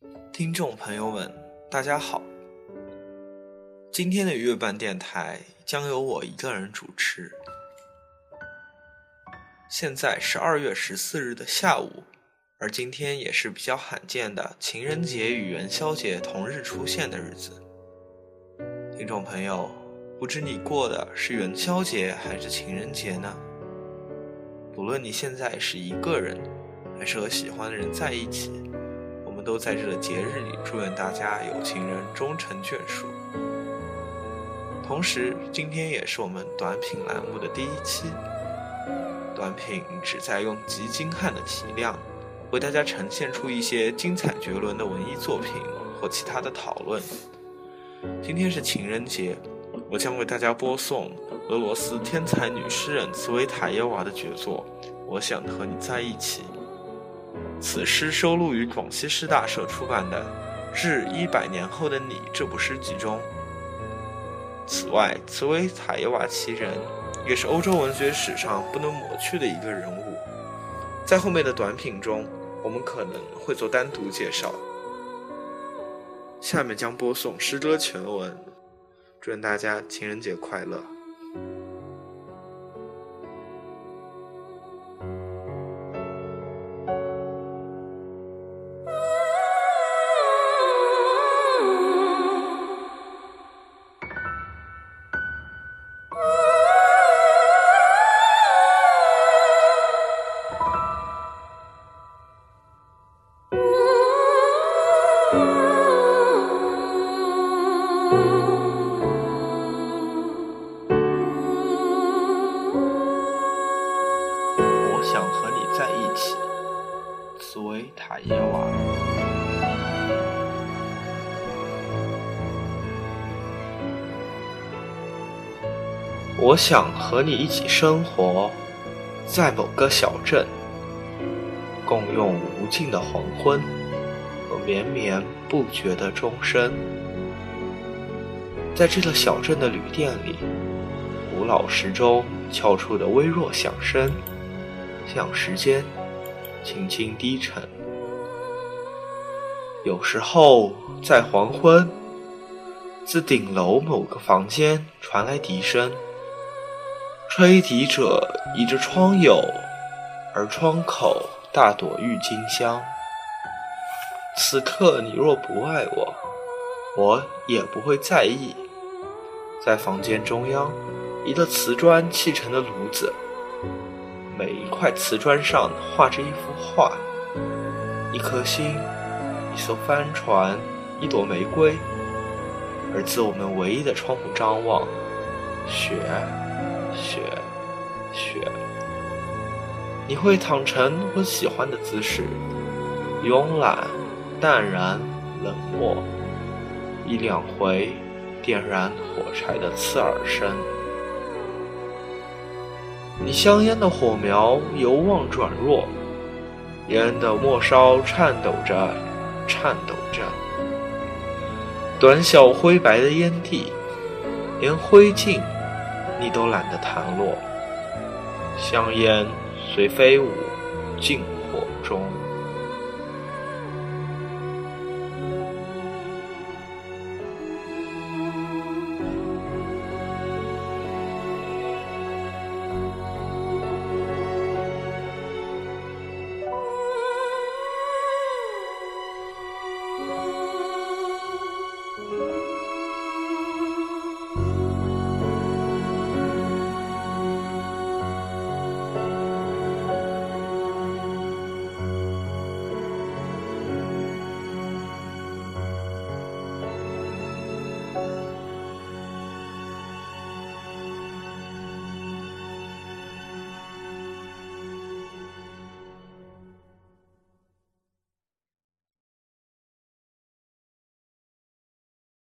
听众朋友们，大家好。今天的月半电台将由我一个人主持。现在是2月14日的下午，而今天也是比较罕见的情人节与元宵节同日出现的日子。听众朋友，不知你过的是元宵节还是情人节呢？不论你现在是一个人还是和喜欢的人在一起，我们都在这个节日里祝愿大家有情人终成眷属。同时，今天也是我们短品栏目的第1期。短品旨在用极精悍的体量，为大家呈现出一些精彩绝伦的文艺作品或其他的讨论。今天是情人节，我将为大家播送俄罗斯天才女诗人茨维塔耶娃的绝作《我想和你在一起》。此诗收录于广西师大社出版的《致100年后的你》这部诗集中。此外，茨维塔耶娃其人也是欧洲文学史上不能抹去的一个人物，在后面的短品中我们可能会做单独介绍。下面将播送诗歌全文，祝愿大家情人节快乐。我想和你在一起，茨维塔耶娃。我想和你一起生活在某个小镇，共用无尽的黄昏和绵绵不绝的钟声。在这个小镇的旅店里，古老时钟敲出的微弱响声向时间轻轻低沉。有时候在黄昏，自顶楼某个房间传来笛声，吹笛者倚着窗牖，而窗口大朵郁金香。此刻你若不爱我，我也不会在意。在房间中央，一个瓷砖砌成的炉子，每一块瓷砖上画着一幅画，一颗星，一艘帆船，一朵玫瑰。而自我们唯一的窗户张望，雪，雪，雪。你会躺成我喜欢的姿势，慵懒、淡然、冷漠，一两回点燃火柴的刺耳声。你香烟的火苗由旺转弱，烟的末梢颤抖着，颤抖着。短小灰白的烟蒂，连灰烬你都懒得弹落。香烟随飞舞，尽火中。